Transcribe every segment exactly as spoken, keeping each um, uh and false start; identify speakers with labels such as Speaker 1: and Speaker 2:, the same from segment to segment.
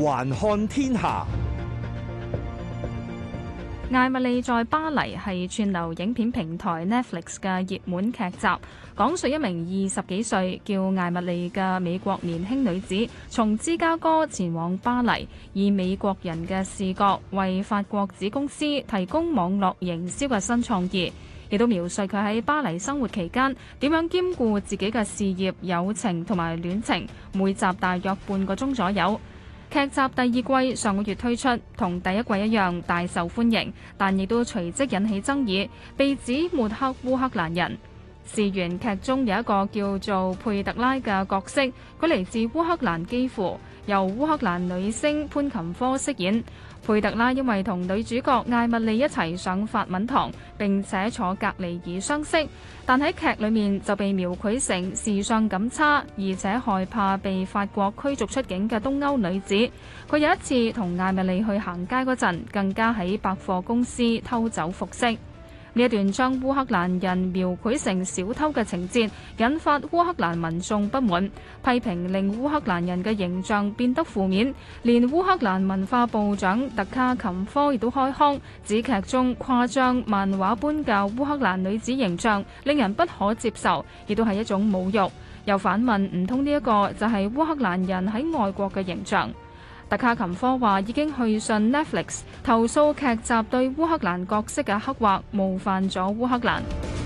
Speaker 1: 環看天下。
Speaker 2: 艾蜜莉在巴黎係串流影片平台 Netflix 嘅熱門劇集，講述一名二十幾歲叫艾蜜莉嘅美國年輕女子，從芝加哥前往巴黎，以美國人嘅視角為法國子公司提供網絡營銷嘅新創意，亦都描述佢喺巴黎生活期間點樣兼顧自己嘅事業、友情同埋戀情。每集大約半個鐘左右。劇集第二季上個月推出，同第一季一樣大受歡迎，但亦都隨即引起爭議，被指抹黑烏克蘭人。事緣劇中有一個叫做佩特拉嘅角色，佢嚟自烏克蘭基輔，由烏克蘭女星潘琴科飾演。佩特拉因為同女主角艾蜜莉一齊上法文堂，並且坐隔離而相識，但喺劇裏面就被描繪成時尚感差，而且害怕被法國驅逐出境嘅東歐女子。佢有一次同艾蜜莉去行街嗰陣，更加喺百貨公司偷走服飾。呢一段將烏克蘭人描繪成小偷嘅情節，引發烏克蘭民眾不滿，批評令烏克蘭人嘅形象變得負面。連烏克蘭文化部長特卡琴科亦都開腔，指劇中誇張漫畫般嘅烏克蘭女子形象令人不可接受，亦都係一種侮辱。又反問唔通呢一個就係烏克蘭人喺外國嘅形象？特卡琴科話已經去信 Netflix 投訴劇集對烏克蘭角色嘅刻畫冒犯咗烏克蘭。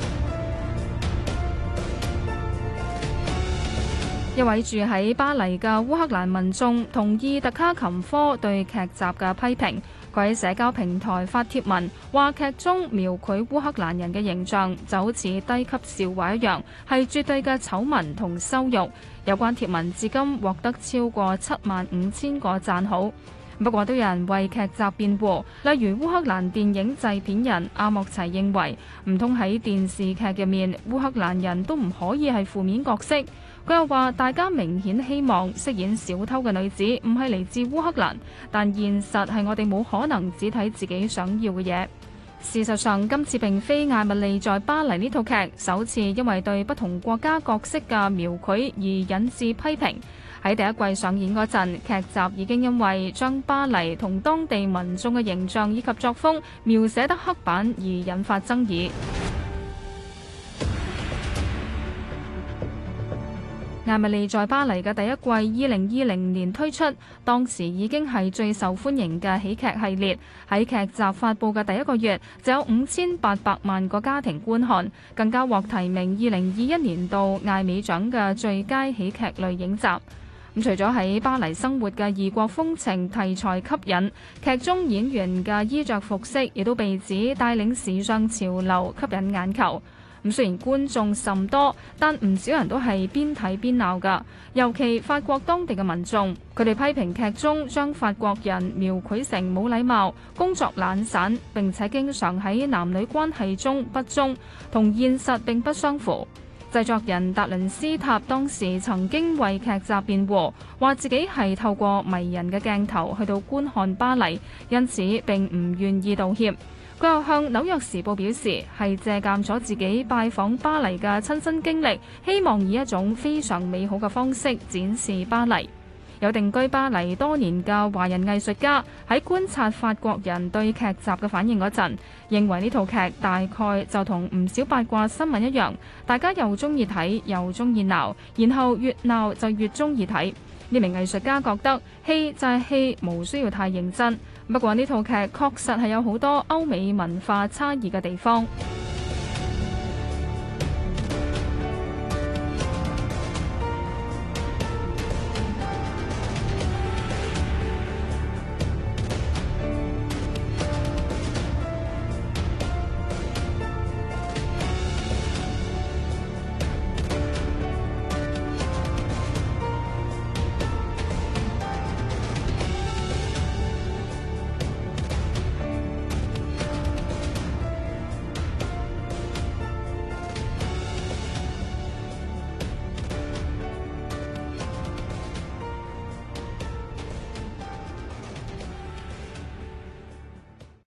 Speaker 2: 一位住喺巴黎嘅烏克蘭民眾同意特卡琴科對劇集嘅批評。佢喺社交平台發帖文，話劇中描繪烏克蘭人嘅形象就好似低級笑話一樣，係絕對嘅醜聞同羞辱。有關帖文至今獲得超過七萬五千個讚好。不過都有人為劇集辯護，例如烏克蘭電影製片人阿莫齊認為，唔通喺電視劇入面，烏克蘭人都唔可以係負面角色。佢又話，大家明顯希望飾演小偷嘅女子唔係嚟自烏克蘭，但現實係我哋冇可能只睇自己想要嘅嘢。事實上，今次並非艾蜜莉在巴黎呢套劇首次因為對不同國家角色嘅描繪而引致批評。喺第一季上演嗰陣，劇集已經因為將巴黎同當地民眾嘅形象以及作風描寫得刻板而引發爭議。艾蜜莉在巴黎嘅第一季二零二零年推出，當時已經係最受歡迎嘅喜劇系列。喺劇集發佈嘅第一個月，就有五千八百萬個家庭觀看，更加獲提名二零二一年度艾美獎嘅最佳喜劇類影集。咁除咗喺巴黎生活嘅異國風情題材吸引，劇中演員嘅衣着服飾亦都被指帶領時尚潮流，吸引眼球。咁雖然觀眾甚多，但唔少人都係邊睇邊鬧㗎。尤其法國當地嘅民眾，佢哋批評劇中將法國人描繪成冇禮貌、工作懶散，並且經常喺男女關係中不忠，同現實並不相符。製作人達倫斯塔當時曾經為劇集辯護，話自己係透過迷人嘅鏡頭去到觀看巴黎，因此並唔願意道歉。佢又向《紐約時報》表示，係借鑑咗自己拜訪巴黎嘅親身經歷，希望以一種非常美好嘅方式展示巴黎。有定居巴黎多年嘅華人藝術家喺觀察法國人對劇集嘅反應嗰陣，認為呢套劇大概就同唔少八卦新聞一樣，大家又中意睇又中意鬧，然後越鬧就越中意睇。呢名藝術家覺得戲就係戲，無需要太認真。不過呢套劇確實係有好多歐美文化差異嘅地方。